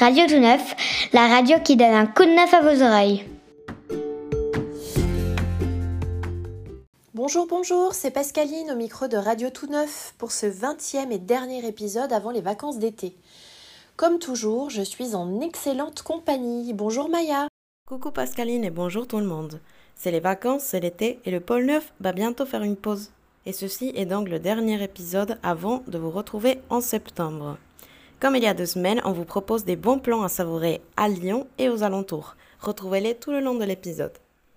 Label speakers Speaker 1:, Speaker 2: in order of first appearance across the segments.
Speaker 1: Radio Tout Neuf, la radio qui donne un coup de neuf à vos oreilles.
Speaker 2: Bonjour, c'est Pascaline au micro de Radio Tout Neuf pour ce 20e et dernier épisode avant les vacances d'été. Comme toujours, je suis en excellente compagnie. Bonjour Maya.
Speaker 3: Coucou Pascaline et bonjour tout le monde. C'est les vacances, c'est l'été et le pôle Neuf va bientôt faire une pause. Et ceci est donc le dernier épisode avant de vous retrouver en septembre. Comme il y a 2 semaines, on vous propose des bons plans à savourer à Lyon et aux alentours. Retrouvez-les tout le long de l'épisode.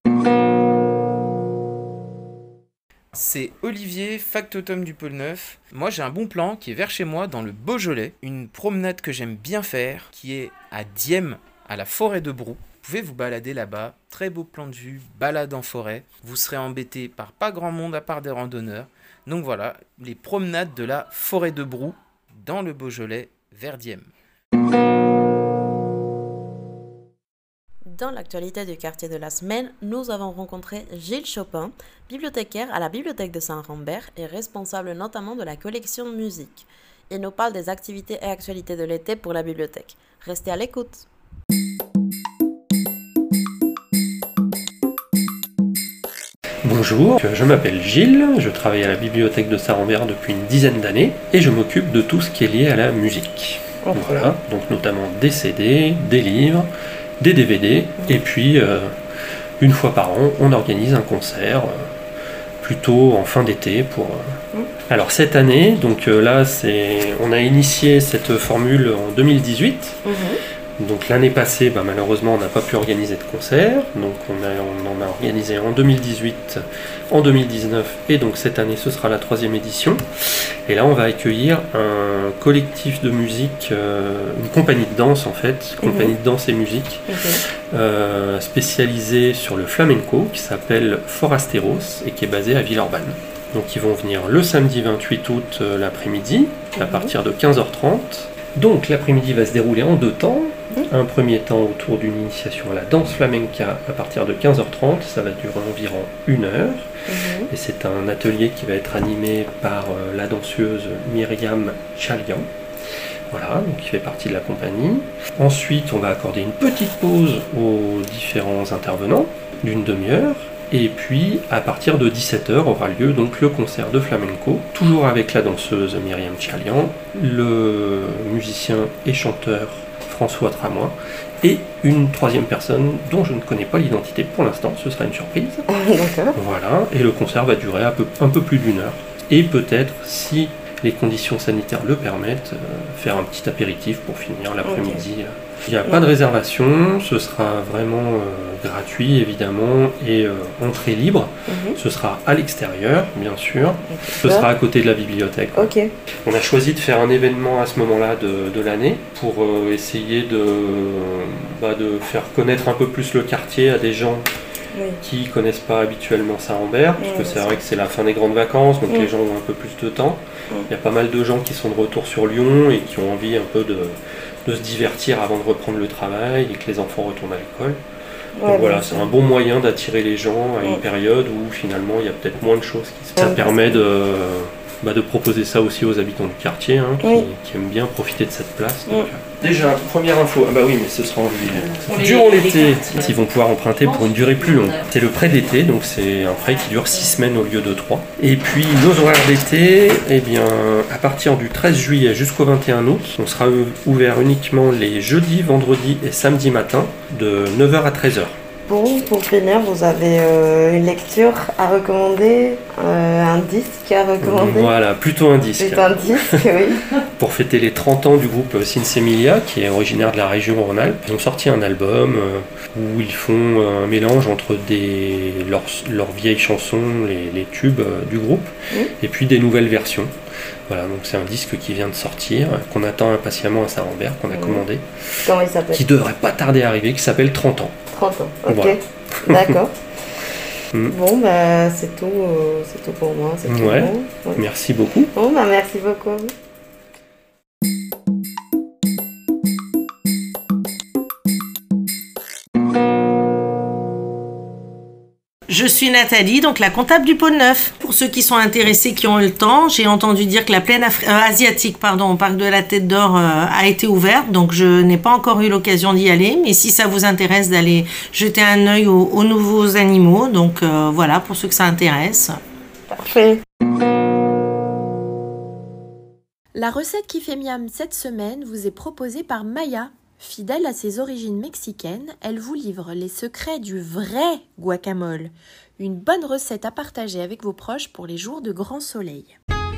Speaker 4: C'est Olivier, factotum du pôle Neuf. Moi j'ai un bon plan qui est vers chez moi dans le Beaujolais. Une promenade que j'aime bien faire qui est à Dieppe, à la forêt de Brou. Vous pouvez vous balader là-bas, très beau plan de vue, balade en forêt. Vous serez embêté par pas grand monde à part des randonneurs. Donc voilà, les promenades de la forêt de Brou dans le Beaujolais vers Dieppe.
Speaker 3: Dans l'actualité du quartier de la semaine, nous avons rencontré Gilles Chopin, bibliothécaire à la bibliothèque de Saint-Rambert et responsable notamment de la collection musique. Il nous parle des activités et actualités de l'été pour la bibliothèque. Restez à l'écoute.
Speaker 5: Bonjour, je m'appelle Gilles, je travaille à la bibliothèque de Saint-Rambert depuis une dizaine d'années et je m'occupe de tout ce qui est lié à la musique. Okay. Voilà, donc notamment des CD, des livres, des DVD et puis une fois par an on organise un concert plutôt en fin d'été pour... Alors cette année, donc là on a initié cette formule en 2018. Donc l'année passée, malheureusement, on n'a pas pu organiser de concert. Donc on en a organisé en 2018, en 2019, et donc cette année, ce sera la 3e édition. Et là, on va accueillir un collectif de musique, une compagnie de danse en fait, compagnie de danse et musique, spécialisée sur le flamenco, qui s'appelle Forasteros et qui est basée à Villeurbanne. Donc ils vont venir le samedi 28 août l'après-midi, à partir de 15h30. Donc l'après-midi va se dérouler en 2 temps. Un premier temps autour d'une initiation à la danse flamenca à partir de 15h30, ça va durer environ 1 heure. Et c'est un atelier qui va être animé par la danseuse Myriam Chalian. Voilà, donc qui fait partie de la compagnie. Ensuite, on va accorder une petite pause aux différents intervenants d'une demi-heure. Et puis, à partir de 17h aura lieu donc le concert de flamenco, toujours avec la danseuse Myriam Chalian, le musicien et chanteur François Tramois, et une 3e personne dont je ne connais pas l'identité pour l'instant, ce sera une surprise.
Speaker 3: D'accord.
Speaker 5: Voilà, et le concert va durer un peu plus d'1 heure. Et peut-être, si les conditions sanitaires le permettent, faire un petit apéritif pour finir l'après-midi. Il n'y a pas de réservation, ce sera vraiment gratuit évidemment et entrée libre. Ce sera à l'extérieur bien sûr, ce sera à côté de la bibliothèque. On a choisi de faire un événement à ce moment-là de l'année pour essayer de faire connaître un peu plus le quartier à des gens qui ne connaissent pas habituellement Saint-Rambert, parce que c'est vrai que c'est la fin des grandes vacances, donc les gens ont un peu plus de temps. Il y a pas mal de gens qui sont de retour sur Lyon et qui ont envie un peu de se divertir avant de reprendre le travail et que les enfants retournent à l'école. Donc voilà, c'est un bon moyen d'attirer les gens à une période où finalement il y a peut-être moins de choses qui se passent. Ça permet de proposer ça aussi aux habitants du quartier qui aiment bien profiter de cette place. Donc, déjà, première info, mais ce sera en juillet. Durant l'été, ils vont pouvoir emprunter pour une durée plus longue. C'est le prêt d'été, donc c'est un prêt qui dure 6 semaines au lieu de 3. Et puis nos horaires d'été, à partir du 13 juillet jusqu'au 21 août, on sera ouvert uniquement les jeudis, vendredis et samedis matin de 9h à 13h.
Speaker 3: Bon, pour finir, vous avez une lecture à recommander, un disque à recommander.
Speaker 5: Voilà, plutôt un disque.
Speaker 3: Plutôt un disque, oui.
Speaker 5: Pour fêter les 30 ans du groupe Sinsemilia, qui est originaire de la région Rhône-Alpes, ils ont sorti un album où ils font un mélange entre leurs vieilles chansons, les tubes du groupe, et puis des nouvelles versions. Voilà, donc c'est un disque qui vient de sortir, qu'on attend impatiemment à Saint-Rambert, qu'on a commandé.
Speaker 3: Comment il s'appelle ?
Speaker 5: Qui devrait pas tarder à arriver, qui s'appelle 30 ans.
Speaker 3: 30 ans, ok.
Speaker 5: Voilà.
Speaker 3: D'accord. Bon, c'est tout pour moi. C'est tout bon.
Speaker 5: Merci beaucoup.
Speaker 3: Bon, merci beaucoup à vous.
Speaker 6: Je Je suis Nathalie, donc la comptable du pôle 9. Pour ceux qui sont intéressés, qui ont eu le temps, j'ai entendu dire que la plaine asiatique, au parc de la Tête d'Or a été ouverte, donc je n'ai pas encore eu l'occasion d'y aller, mais si ça vous intéresse d'aller jeter un œil aux nouveaux animaux, donc voilà, pour ceux que ça intéresse.
Speaker 3: Parfait.
Speaker 2: La recette qui fait miam cette semaine vous est proposée par Maya. Fidèle à ses origines mexicaines, elle vous livre les secrets du vrai guacamole. Une bonne recette à partager avec vos proches pour les jours de grand soleil.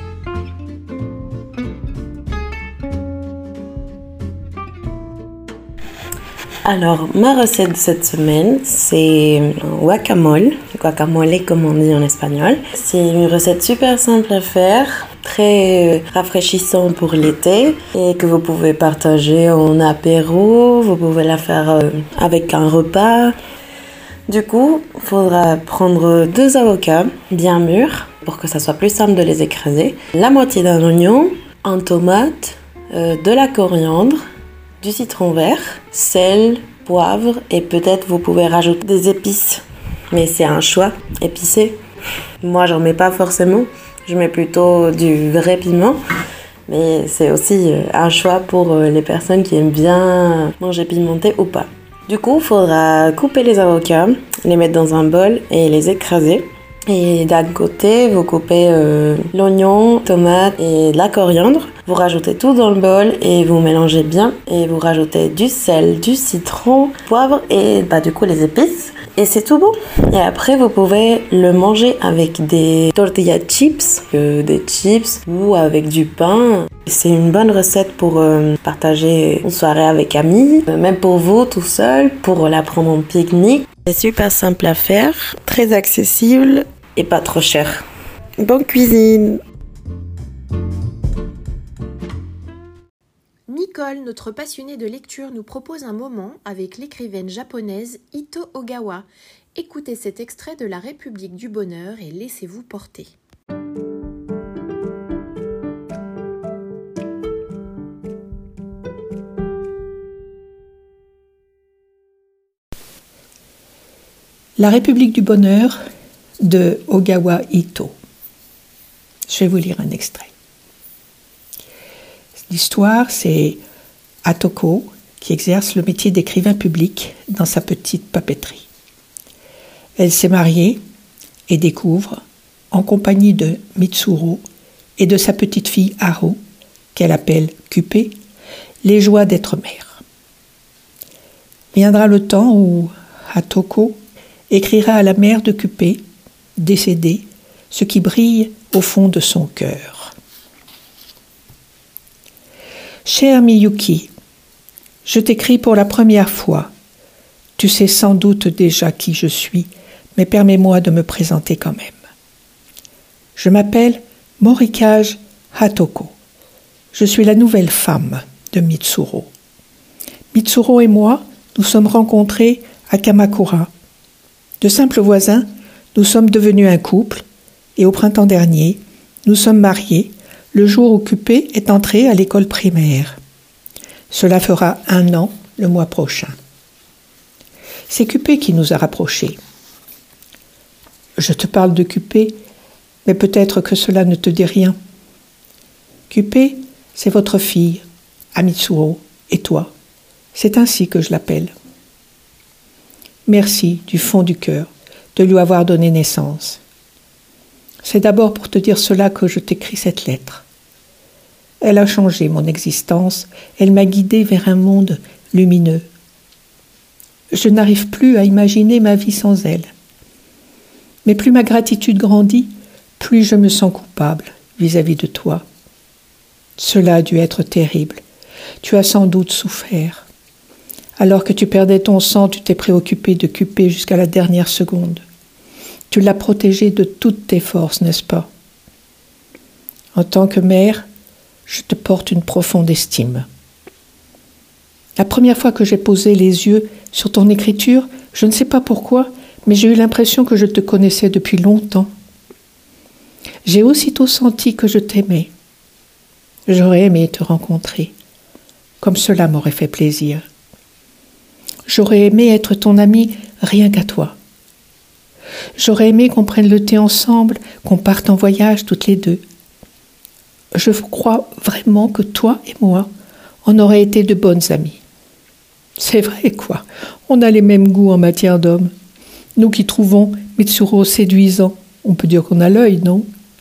Speaker 3: Alors, ma recette de cette semaine, c'est un guacamole comme on dit en espagnol. C'est une recette super simple à faire, très rafraîchissante pour l'été et que vous pouvez partager en apéro, vous pouvez la faire avec un repas. Du coup, il faudra prendre 2 avocats bien mûrs pour que ça soit plus simple de les écraser, la moitié d'un oignon, une tomate, de la coriandre, du citron vert, sel, poivre et peut-être vous pouvez rajouter des épices. Mais c'est un choix épicé. Moi, j'en mets pas forcément. Je mets plutôt du vrai piment. Mais c'est aussi un choix pour les personnes qui aiment bien manger pimenté ou pas. Du coup, il faudra couper les avocats, les mettre dans un bol et les écraser. Et d'un côté, vous coupez l'oignon, tomate et de la coriandre. Vous rajoutez tout dans le bol et vous mélangez bien. Et vous rajoutez du sel, du citron, poivre et du coup les épices. Et c'est tout bon. Et après, vous pouvez le manger avec des tortilla chips, des chips ou avec du pain. C'est une bonne recette pour partager une soirée avec amis, même pour vous tout seul, pour la prendre en pique-nique. C'est super simple à faire, très accessible et pas trop cher. Bonne cuisine!
Speaker 2: Nicole, notre passionnée de lecture, nous propose un moment avec l'écrivaine japonaise Ito Ogawa. Écoutez cet extrait de La République du Bonheur et laissez-vous porter.
Speaker 7: La République du Bonheur de Ogawa Ito. Je vais vous lire un extrait. L'histoire, c'est Atoko qui exerce le métier d'écrivain public dans sa petite papeterie. Elle s'est mariée et découvre, en compagnie de Mitsuro et de sa petite fille Haru, qu'elle appelle Cupé, les joies d'être mère. Viendra le temps où Atoko écrira à la mère de Cupé, décédée, ce qui brille au fond de son cœur. Cher Miyuki, je t'écris pour la première fois. Tu sais sans doute déjà qui je suis, mais permets-moi de me présenter quand même. Je m'appelle Morikage Hatoko. Je suis la nouvelle femme de Mitsuro. Mitsuro et moi, nous sommes rencontrés à Kamakura. De simples voisins, nous sommes devenus un couple et au printemps dernier, nous sommes mariés le jour où Cupé est entré à l'école primaire. Cela fera 1 an le mois prochain. C'est Cupé qui nous a rapprochés. Je te parle de Cupé, mais peut-être que cela ne te dit rien. Cupé, c'est votre fille, Mitsuro, et toi. C'est ainsi que je l'appelle. Merci du fond du cœur de lui avoir donné naissance. C'est d'abord pour te dire cela que je t'écris cette lettre. Elle a changé mon existence, elle m'a guidée vers un monde lumineux. Je n'arrive plus à imaginer ma vie sans elle. Mais plus ma gratitude grandit, plus je me sens coupable vis-à-vis de toi. Cela a dû être terrible. Tu as sans doute souffert. Alors que tu perdais ton sang, tu t'es préoccupé de Cupé jusqu'à la dernière seconde. Tu l'as protégé de toutes tes forces, n'est-ce pas? En tant que mère, je te porte une profonde estime. La première fois que j'ai posé les yeux sur ton écriture, je ne sais pas pourquoi, mais j'ai eu l'impression que je te connaissais depuis longtemps. J'ai aussitôt senti que je t'aimais. J'aurais aimé te rencontrer, comme cela m'aurait fait plaisir. J'aurais aimé être ton amie rien qu'à toi. J'aurais aimé qu'on prenne le thé ensemble, qu'on parte en voyage toutes les deux. Je crois vraiment que toi et moi, on aurait été de bonnes amies. C'est vrai, quoi. On a les mêmes goûts en matière d'hommes. Nous qui trouvons Mitsuro séduisant, on peut dire qu'on a l'œil, non?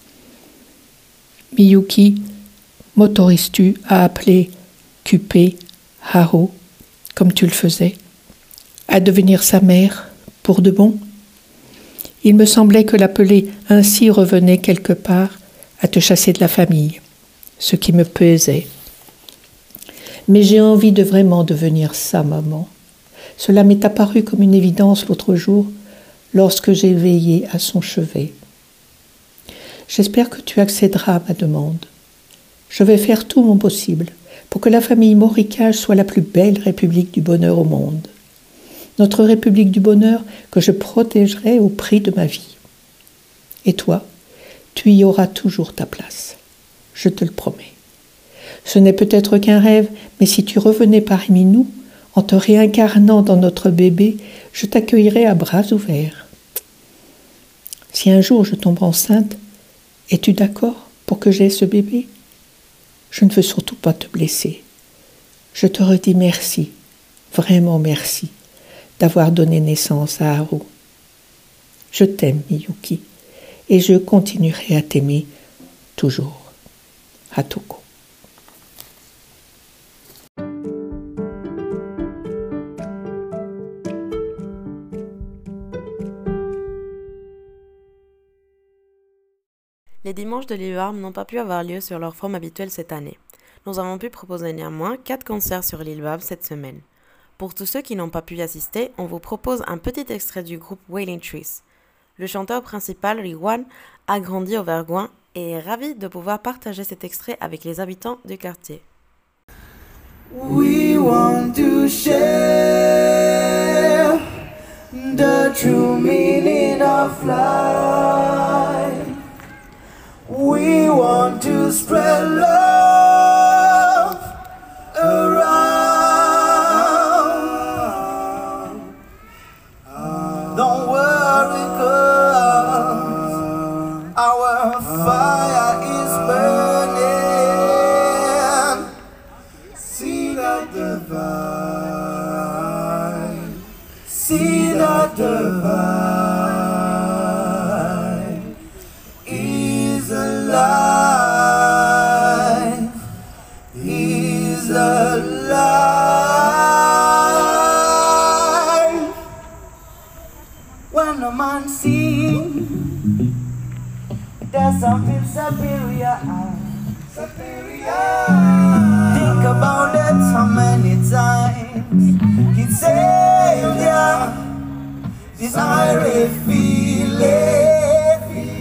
Speaker 7: Miyuki, m'autorises-tu à appeler Cupé, Haro, comme tu le faisais, à devenir sa mère, pour de bon? Il me semblait que l'appeler ainsi revenait quelque part à te chasser de la famille, ce qui me pesait. Mais j'ai envie de vraiment devenir sa maman. Cela m'est apparu comme une évidence l'autre jour, lorsque j'ai veillé à son chevet. J'espère que tu accéderas à ma demande. Je vais faire tout mon possible pour que la famille Moricage soit la plus belle république du bonheur au monde. Notre république du bonheur que je protégerai au prix de ma vie. Et toi, tu y auras toujours ta place. Je te le promets. Ce n'est peut-être qu'un rêve, mais si tu revenais parmi nous, en te réincarnant dans notre bébé, je t'accueillerai à bras ouverts. Si un jour je tombe enceinte, es-tu d'accord pour que j'aie ce bébé? Je ne veux surtout pas te blesser. Je te redis merci, vraiment merci, d'avoir donné naissance à Haru. Je t'aime, Miyuki, et je continuerai à t'aimer toujours. Hatoko.
Speaker 3: Les dimanches de Lillebarbe n'ont pas pu avoir lieu sur leur forme habituelle cette année. Nous avons pu proposer néanmoins 4 concerts sur Lillebarbe cette semaine. Pour tous ceux qui n'ont pas pu y assister, on vous propose un petit extrait du groupe Wailing Trees. Le chanteur principal, Riwan, a grandi au Vergoing et est ravi de pouvoir partager cet extrait avec les habitants du quartier.
Speaker 8: We want to share the true meaning of life. We want to spread love around. Don't worry, 'cause our fire is burning. See that divine, see that divine is alive, is alive. When a man sings, there's something superior. Think about it how many times he saved ya. This irate feeling,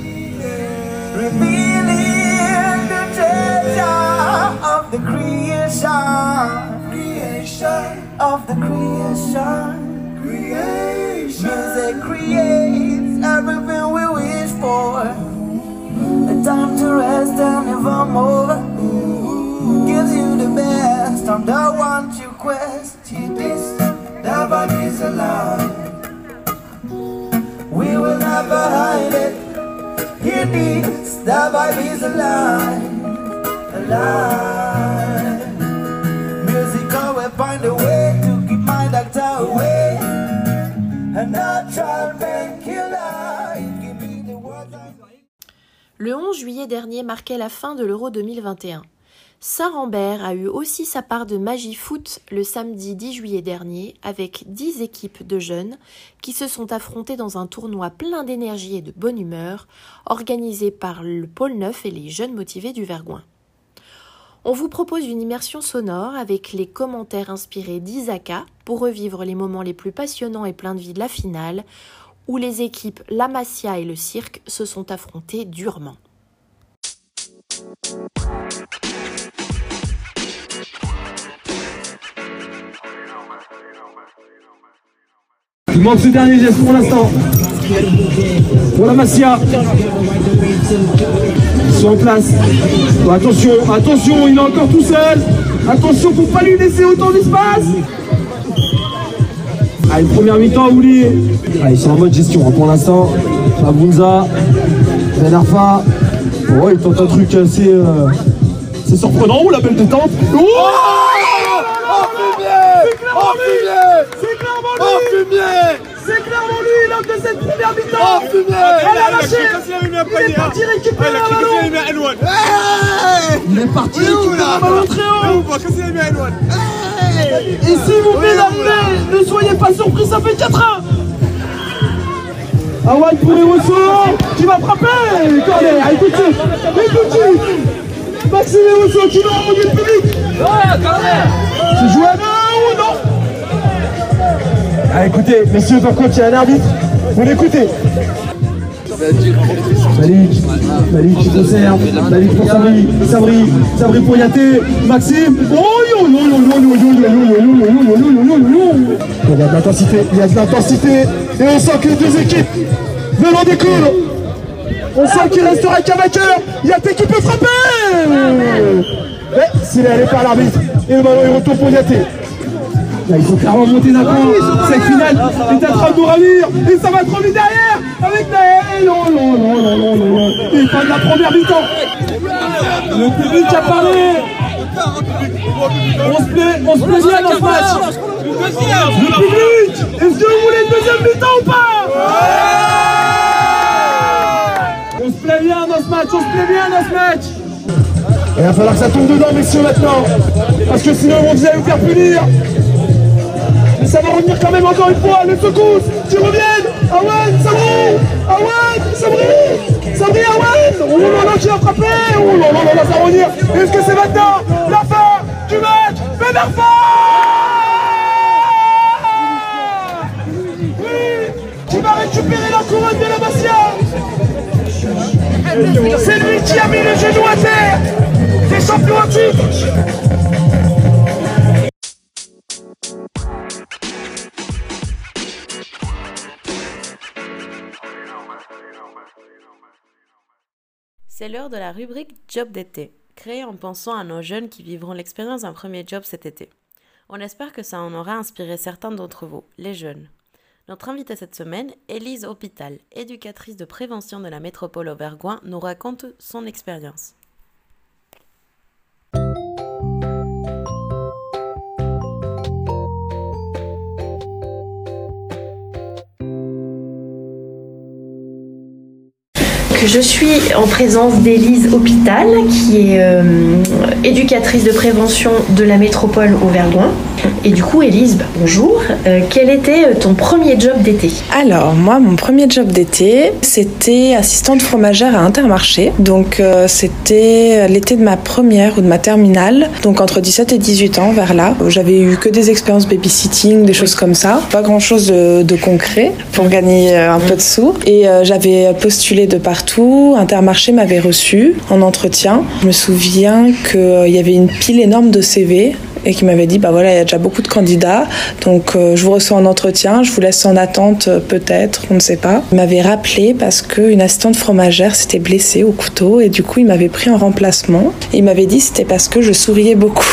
Speaker 8: revealing the treasure of the creation, of the creation. Music creates everything we wish for. A time to rest and evermore. Gives you the best on the one you quest. Hear this, the body's alive. We will never hide it. Hear this, the vibe is alive, alive. Music always find a way to keep my doctor away. A natural painkiller. Give me the words I...
Speaker 2: Le 11 juillet dernier marquait la fin de l'Euro 2021. Saint-Rambert a eu aussi sa part de magie foot le samedi 10 juillet dernier avec 10 équipes de jeunes qui se sont affrontées dans un tournoi plein d'énergie et de bonne humeur organisé par le Pôle 9 et les jeunes motivés du Vergoing. On vous propose une immersion sonore avec les commentaires inspirés d'Isaka pour revivre les moments les plus passionnants et pleins de vie de la finale où les équipes La Masia et le Cirque se sont affrontées durement.
Speaker 9: Il manque ce dernier geste pour l'instant. Pour la Masia. Ils sont en place. Oh, attention, attention, il est encore tout seul. Attention pour pas lui laisser autant d'espace. Allez, première mi-temps, Ouli. Allez, ils sont en mode gestion pour l'instant. Abunza, Ben Arfa. Oh, il tente un truc assez surprenant. Oh, la belle détente. Oh, c'est clairement lui, l'homme de cette première mi-temps. Elle a lâché. Il est parti récupérer un ballon. Il est parti récupérer un ballon très haut. Et s'il vous plaît d'arriver, ne soyez pas surpris, ça fait 4-1. Awan pour les ressorts, qui va frapper. Corner, écoutez. Maxime Erosso qui va envoyer le public. C'est joué à 2 ou non? Ah, écoutez, messieurs, par contre, il y a un arbitre. Vous l'écoutez. Malik qui conserve. Malik pour Sabri pour Yaté. Maxime. Oh, il y a de l'intensité. Et on sent que les deux équipes veulent en découdre. On sent qu'il restera qu'un vainqueur. Yaté qui peut frapper. Mais s'il est allé par l'arbitre. Et le ballon il retourne pour Yaté. Là, il faut clairement monter d'un coup. Cette finale est en train de nous ravir. Et ça va trop vite derrière. Avec Naël. Non. Et fin de la première mi-temps. Le public a parlé. On se plaît bien dans ce match. Le public. Est-ce que vous voulez une deuxième mi-temps ou pas? On se plaît bien dans ce match. Il va falloir que ça tombe dedans, messieurs, maintenant. Parce que sinon, on vous allez vous faire punir. Mais ça va revenir quand même encore une fois. Les secousses qui reviennent. Awan, Sabri, Awan. Oh là là, qui a frappé. Oh là là, ça va revenir. Est-ce que c'est maintenant la fin du match? Ben Arfa. Oui, qui va récupérer la couronne de la Masia. C'est lui qui a mis les genoux à terre. Des champions en titre.
Speaker 3: C'est l'heure de la rubrique Job d'été, créée en pensant à nos jeunes qui vivront l'expérience d'un premier job cet été. On espère que ça en aura inspiré certains d'entre vous, les jeunes. Notre invitée cette semaine, Élise Hôpital, éducatrice de prévention de la métropole Auvergne, nous raconte son expérience.
Speaker 2: Je suis en présence d'Élise Hôpital, qui est éducatrice de prévention de la métropole Auvergne. Et du coup, Élise, bonjour. Quel était ton premier job d'été?
Speaker 10: Alors, moi, mon premier job d'été, c'était assistante fromagère à Intermarché. Donc, c'était l'été de ma première ou de ma terminale. Donc, entre 17 et 18 ans, vers là. J'avais eu que des expériences babysitting, des choses comme ça. Pas grand-chose de concret pour gagner un peu de sous. Et j'avais postulé de partout. Intermarché m'avait reçue en entretien. Je me souviens qu'il y avait une pile énorme de CV et qui m'avait dit, bah voilà, il y a déjà beaucoup de candidats, donc je vous reçois en entretien, je vous laisse en attente peut-être, on ne sait pas. Il m'avait rappelé parce qu'une assistante fromagère s'était blessée au couteau et du coup il m'avait pris en remplacement. Et il m'avait dit c'était parce que je souriais beaucoup.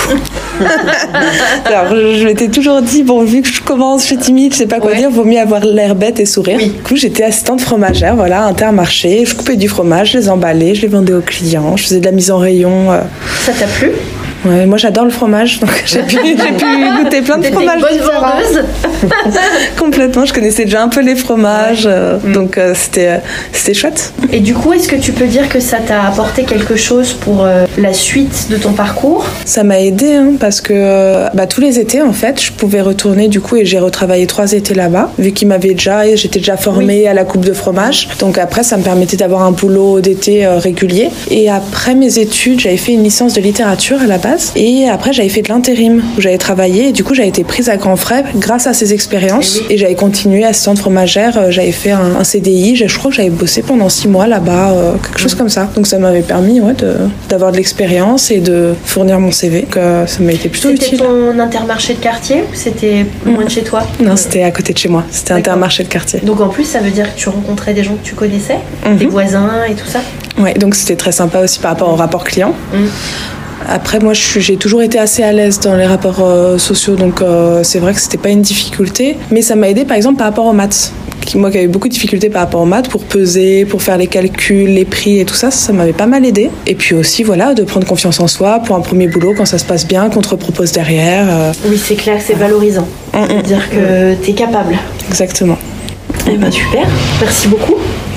Speaker 10: Alors je m'étais toujours dit, bon, vu que je commence, je suis timide, je sais pas quoi dire, vaut mieux avoir l'air bête et sourire. Oui. Du coup j'étais assistante fromagère, voilà, Intermarché, je coupais du fromage, je les emballais, je les vendais aux clients, je faisais de la mise en rayon.
Speaker 2: Ça t'a plu?
Speaker 10: Ouais, moi j'adore le fromage, donc j'ai pu goûter plein de fromages différents.
Speaker 2: T'étais une bonne vendeuse.
Speaker 10: Complètement, je connaissais déjà un peu les fromages, donc c'était chouette.
Speaker 2: Et du coup, est-ce que tu peux dire que ça t'a apporté quelque chose pour la suite de ton parcours?
Speaker 10: Ça m'a aidé, parce que tous les étés en fait, je pouvais retourner du coup et j'ai retravaillé 3 étés là-bas, vu qu'ils m'avaient j'étais déjà formée à la coupe de fromage, donc après ça me permettait d'avoir un boulot d'été régulier. Et après mes études, j'avais fait une licence de littérature à la base. Et après j'avais fait de l'intérim où j'avais travaillé et du coup j'avais été prise à grands frais grâce à ces expériences et j'avais continué assistante fromagère, j'avais fait un CDI, je crois que j'avais bossé pendant 6 mois là-bas, quelque chose comme ça, donc ça m'avait permis d'avoir de l'expérience et de fournir mon CV, donc ça m'a été plutôt utile.
Speaker 2: C'était ton Intermarché de quartier ou c'était loin de chez toi?
Speaker 10: Non, c'était à côté de chez moi, c'était Intermarché de quartier.
Speaker 2: Donc en plus ça veut dire que tu rencontrais des gens que tu connaissais, des voisins et tout ça?
Speaker 10: Ouais, donc c'était très sympa aussi par rapport au rapport client. Après, moi, j'ai toujours été assez à l'aise dans les rapports sociaux, donc c'est vrai que c'était pas une difficulté. Mais ça m'a aidé, par exemple, par rapport aux maths. Moi qui avais beaucoup de difficultés par rapport aux maths, pour peser, pour faire les calculs, les prix et tout ça, ça m'avait pas mal aidé. Et puis aussi, voilà, de prendre confiance en soi pour un premier boulot, quand ça se passe bien, qu'on te repropose derrière.
Speaker 11: Oui, c'est clair, c'est valorisant. Dire que t'es capable.
Speaker 10: Exactement.
Speaker 11: Eh ben super, merci beaucoup.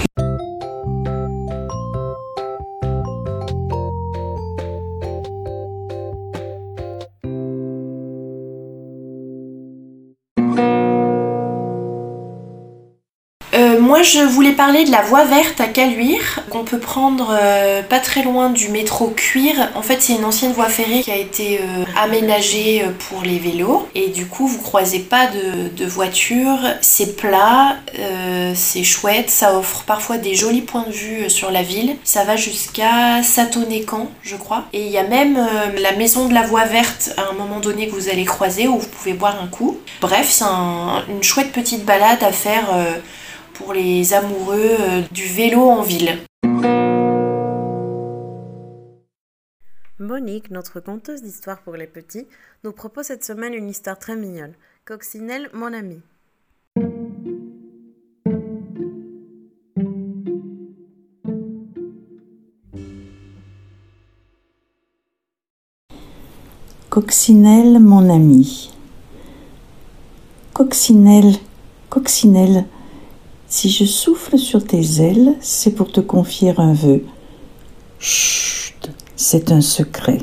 Speaker 2: Moi, je voulais parler de la voie verte à Caluire, qu'on peut prendre pas très loin du métro Cuire. En fait, c'est une ancienne voie ferrée qui a été aménagée pour les vélos. Et du coup, vous croisez pas de voitures. C'est plat, c'est chouette. Ça offre parfois des jolis points de vue sur la ville. Ça va jusqu'à Satoné-Camp, je crois. Et il y a même la maison de la voie verte à un moment donné que vous allez croiser où vous pouvez boire un coup. Bref, c'est une chouette petite balade à faire pour les amoureux du vélo en ville.
Speaker 3: Monique, notre conteuse d'histoires pour les petits, nous propose cette semaine une histoire très mignonne. Coccinelle, mon ami.
Speaker 12: Coccinelle, mon ami. Coccinelle, coccinelle, si je souffle sur tes ailes, c'est pour te confier un vœu. Chut, c'est un secret.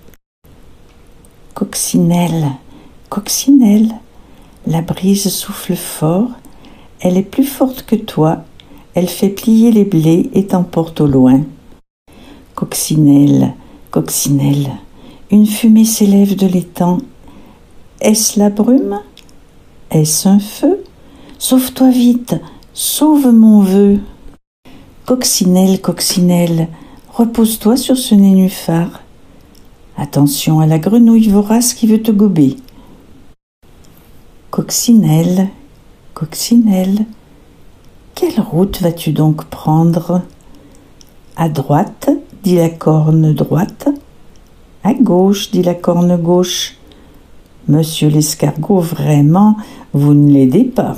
Speaker 12: Coccinelle, coccinelle, la brise souffle fort, elle est plus forte que toi, elle fait plier les blés et t'emporte au loin. Coccinelle, coccinelle, une fumée s'élève de l'étang. Est-ce la brume? Est-ce un feu? Sauve-toi vite, sauve mon vœu. Coccinelle, coccinelle, repose-toi sur ce nénuphar. Attention à la grenouille vorace qui veut te gober. Coccinelle, coccinelle, quelle route vas-tu donc prendre? À droite, dit la corne droite. À gauche, dit la corne gauche. Monsieur l'escargot, vraiment, vous ne l'aidez pas.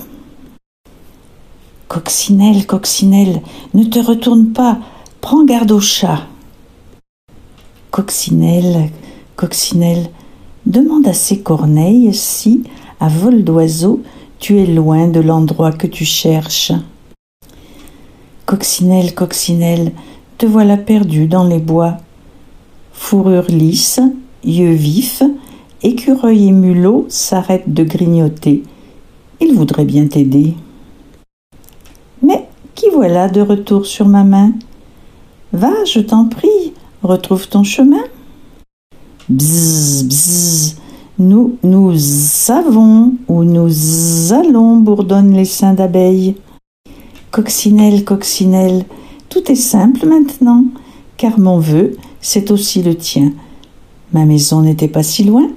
Speaker 12: Coccinelle, coccinelle, ne te retourne pas, prends garde au chat. Coccinelle, coccinelle, demande à ces corneilles si, à vol d'oiseau, tu es loin de l'endroit que tu cherches. Coccinelle, coccinelle, te voilà perdu dans les bois. Fourrure lisse, yeux vifs, écureuil et mulot s'arrêtent de grignoter. Ils voudraient bien t'aider. Mais qui voilà de retour sur ma main? Va, je t'en prie, retrouve ton chemin. Bzzz, bzzz, nous savons où nous allons, bourdonnent les seins d'abeilles. Coccinelle, coccinelle, tout est simple maintenant, car mon vœu, c'est aussi le tien. Ma maison n'était pas si loin.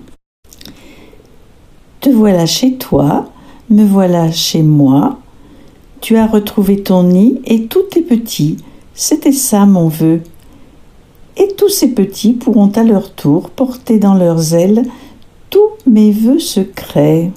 Speaker 12: Te voilà chez toi, me voilà chez moi. Tu as retrouvé ton nid et tout est petit. C'était ça mon vœu. Et tous ces petits pourront à leur tour porter dans leurs ailes tous mes vœux secrets.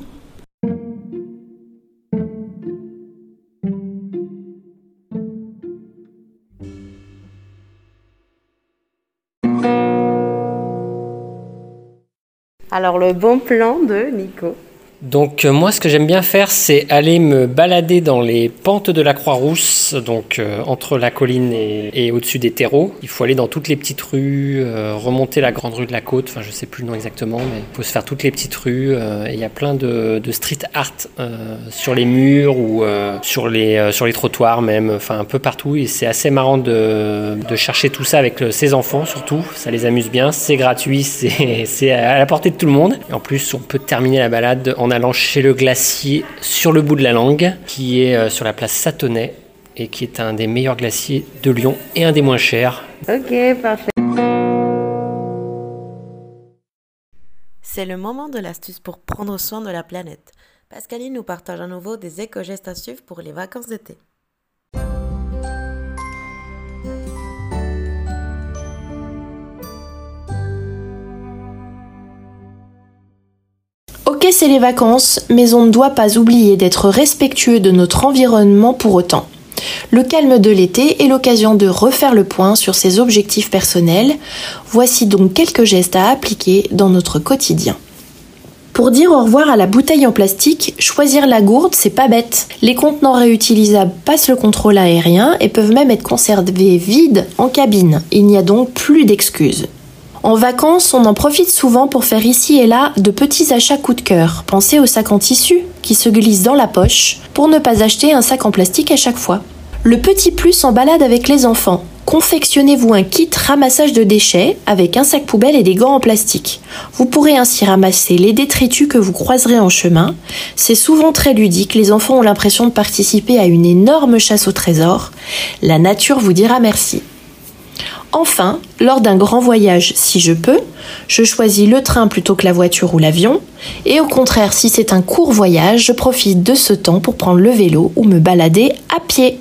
Speaker 3: Alors le bon plan de Nico.
Speaker 13: Donc moi ce que j'aime bien faire c'est aller me balader dans les pentes de la Croix-Rousse, donc entre la colline et au-dessus des terreaux. Il faut aller dans toutes les petites rues, remonter la grande rue de la Côte, enfin je sais plus le nom exactement, mais il faut se faire toutes les petites rues. Et il y a plein de street art sur les murs ou sur les trottoirs même, enfin un peu partout. Et c'est assez marrant de chercher tout ça avec ses enfants surtout, ça les amuse bien, c'est gratuit, c'est à la portée de tout le monde. Et en plus on peut terminer la balade en allant chez le glacier sur le bout de la langue, qui est sur la place Satonnet et qui est un des meilleurs glaciers de Lyon et un des moins chers.
Speaker 3: Ok, parfait. C'est le moment de l'astuce pour prendre soin de la planète. Pascaline nous partage à nouveau des éco-gestes à suivre pour les vacances d'été.
Speaker 2: Ok, c'est les vacances, mais on ne doit pas oublier d'être respectueux de notre environnement pour autant. Le calme de l'été est l'occasion de refaire le point sur ses objectifs personnels. Voici donc quelques gestes à appliquer dans notre quotidien. Pour dire au revoir à la bouteille en plastique, choisir la gourde, c'est pas bête. Les contenants réutilisables passent le contrôle aérien et peuvent même être conservés vides en cabine. Il n'y a donc plus d'excuses. En vacances, on en profite souvent pour faire ici et là de petits achats coup de cœur. Pensez au sac en tissu qui se glisse dans la poche pour ne pas acheter un sac en plastique à chaque fois. Le petit plus en balade avec les enfants. Confectionnez-vous un kit ramassage de déchets avec un sac poubelle et des gants en plastique. Vous pourrez ainsi ramasser les détritus que vous croiserez en chemin. C'est souvent très ludique, les enfants ont l'impression de participer à une énorme chasse au trésor. La nature vous dira merci. Enfin, lors d'un grand voyage, si je peux, je choisis le train plutôt que la voiture ou l'avion. Et au contraire, si c'est un court voyage, je profite de ce temps pour prendre le vélo ou me balader à pied.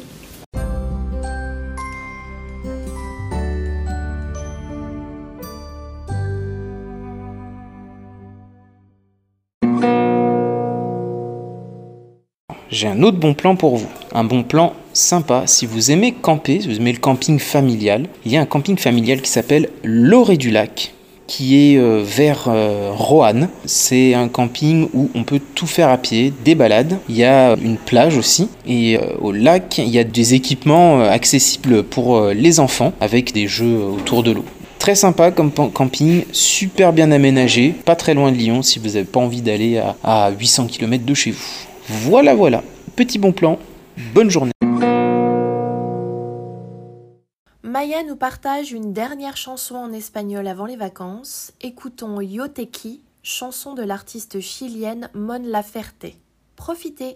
Speaker 4: J'ai un autre bon plan pour vous. Un bon plan sympa. Si vous aimez camper, si vous aimez le camping familial, il y a un camping familial qui s'appelle l'Orée du Lac, qui est vers Roanne. C'est un camping où on peut tout faire à pied, des balades. Il y a une plage aussi. Et au lac, il y a des équipements accessibles pour les enfants avec des jeux autour de l'eau. Très sympa comme camping, super bien aménagé, pas très loin de Lyon si vous n'avez pas envie d'aller à 800 km de chez vous. Voilà, petit bon plan, bonne journée.
Speaker 2: Maya nous partage une dernière chanson en espagnol avant les vacances. Écoutons Yo te qui, chanson de l'artiste chilienne Mon Laferte. Profitez.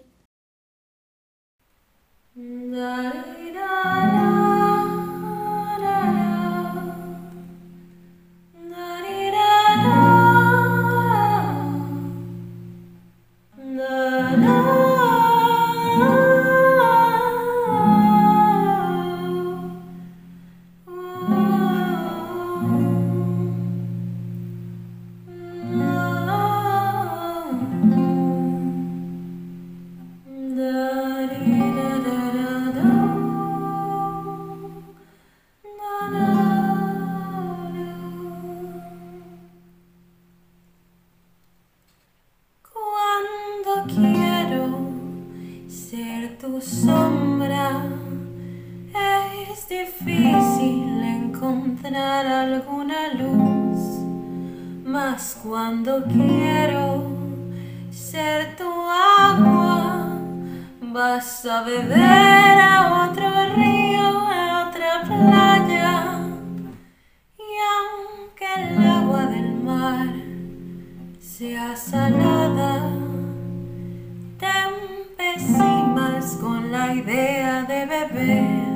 Speaker 14: Quiero ser tu sombra, es difícil encontrar alguna luz, mas cuando quiero ser tu agua, vas a beber a otro río, a otra playa, y aunque el agua del mar sea salada, te empecinas con la idea de beber,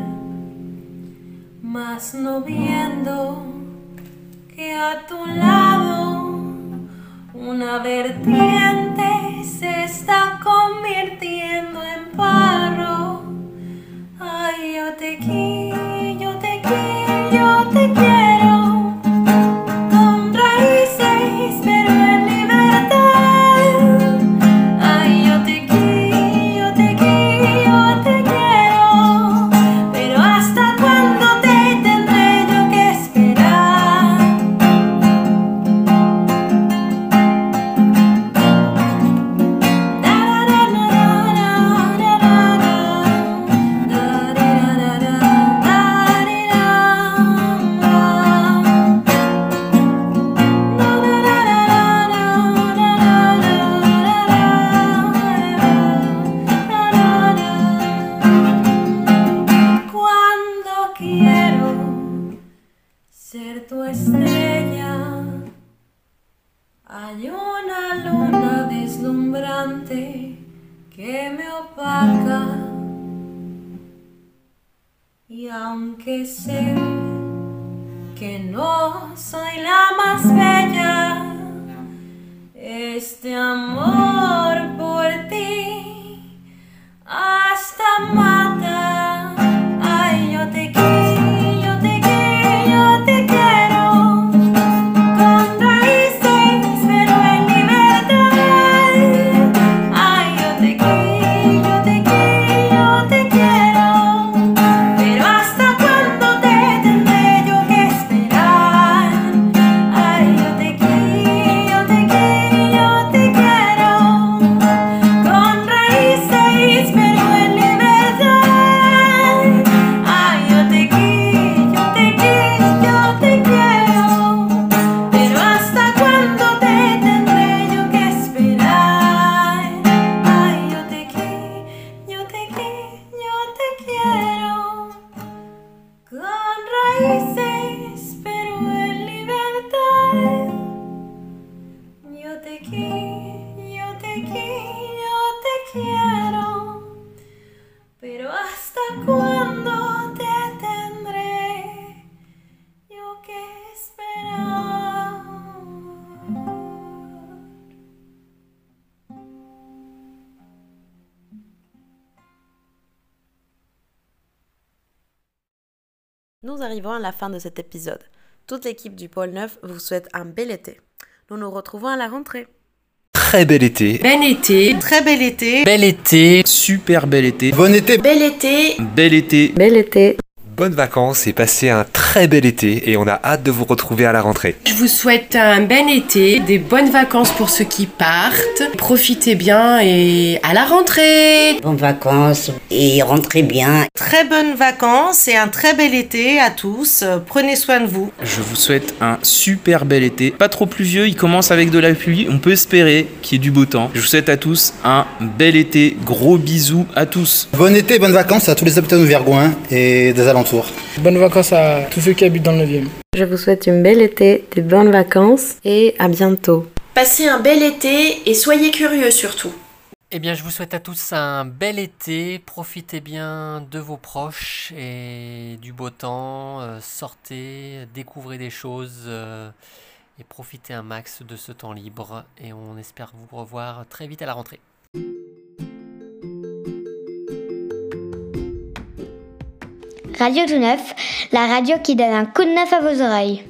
Speaker 14: mas no viendo que a tu lado una vertiente se está convirtiendo en barro. Ay, yo te quiero, yo te quiero, yo te quiero, con raíces pero en libertad. Y aunque sé que no soy la más bella, este amor por ti hasta mata. Ay, yo te quiero, yo te quiero, yo te quiero, con raíces pero en libertad.
Speaker 3: Nous arrivons à la fin de cet épisode. Toute l'équipe du Pôle 9 vous souhaite un bel été. Nous nous retrouvons à la rentrée.
Speaker 15: Très bel été.
Speaker 6: Bel été. Très bel été.
Speaker 13: Bel été.
Speaker 4: Super bel été.
Speaker 15: Bon été.
Speaker 6: Bel été.
Speaker 4: Bel été.
Speaker 1: Bel été.
Speaker 15: Bonnes vacances et passez un très bel été et on a hâte de vous retrouver à la rentrée.
Speaker 16: Je vous souhaite un bel été, des bonnes vacances pour ceux qui partent. Profitez bien et à la rentrée.
Speaker 17: Bonnes vacances et rentrez bien.
Speaker 6: Très bonnes vacances et un très bel été à tous. Prenez soin de vous.
Speaker 4: Je vous souhaite un super bel été. Pas trop pluvieux, il commence avec de la pluie. On peut espérer qu'il y ait du beau temps. Je vous souhaite à tous un bel été. Gros bisous à tous.
Speaker 18: Bon été, bonnes vacances à tous les habitants de Vergoin et des alentours.
Speaker 19: Bonnes vacances à tous ceux qui habitent dans le 9e.
Speaker 1: Je vous souhaite une belle été, de bonnes vacances et à bientôt.
Speaker 2: Passez un bel été et soyez curieux surtout.
Speaker 13: Eh bien, je vous souhaite à tous un bel été. Profitez bien de vos proches et du beau temps. Sortez, découvrez des choses et profitez un max de ce temps libre. Et on espère vous revoir très vite à la rentrée.
Speaker 1: Radio Tout Neuf, la radio qui donne un coup de neuf à vos oreilles.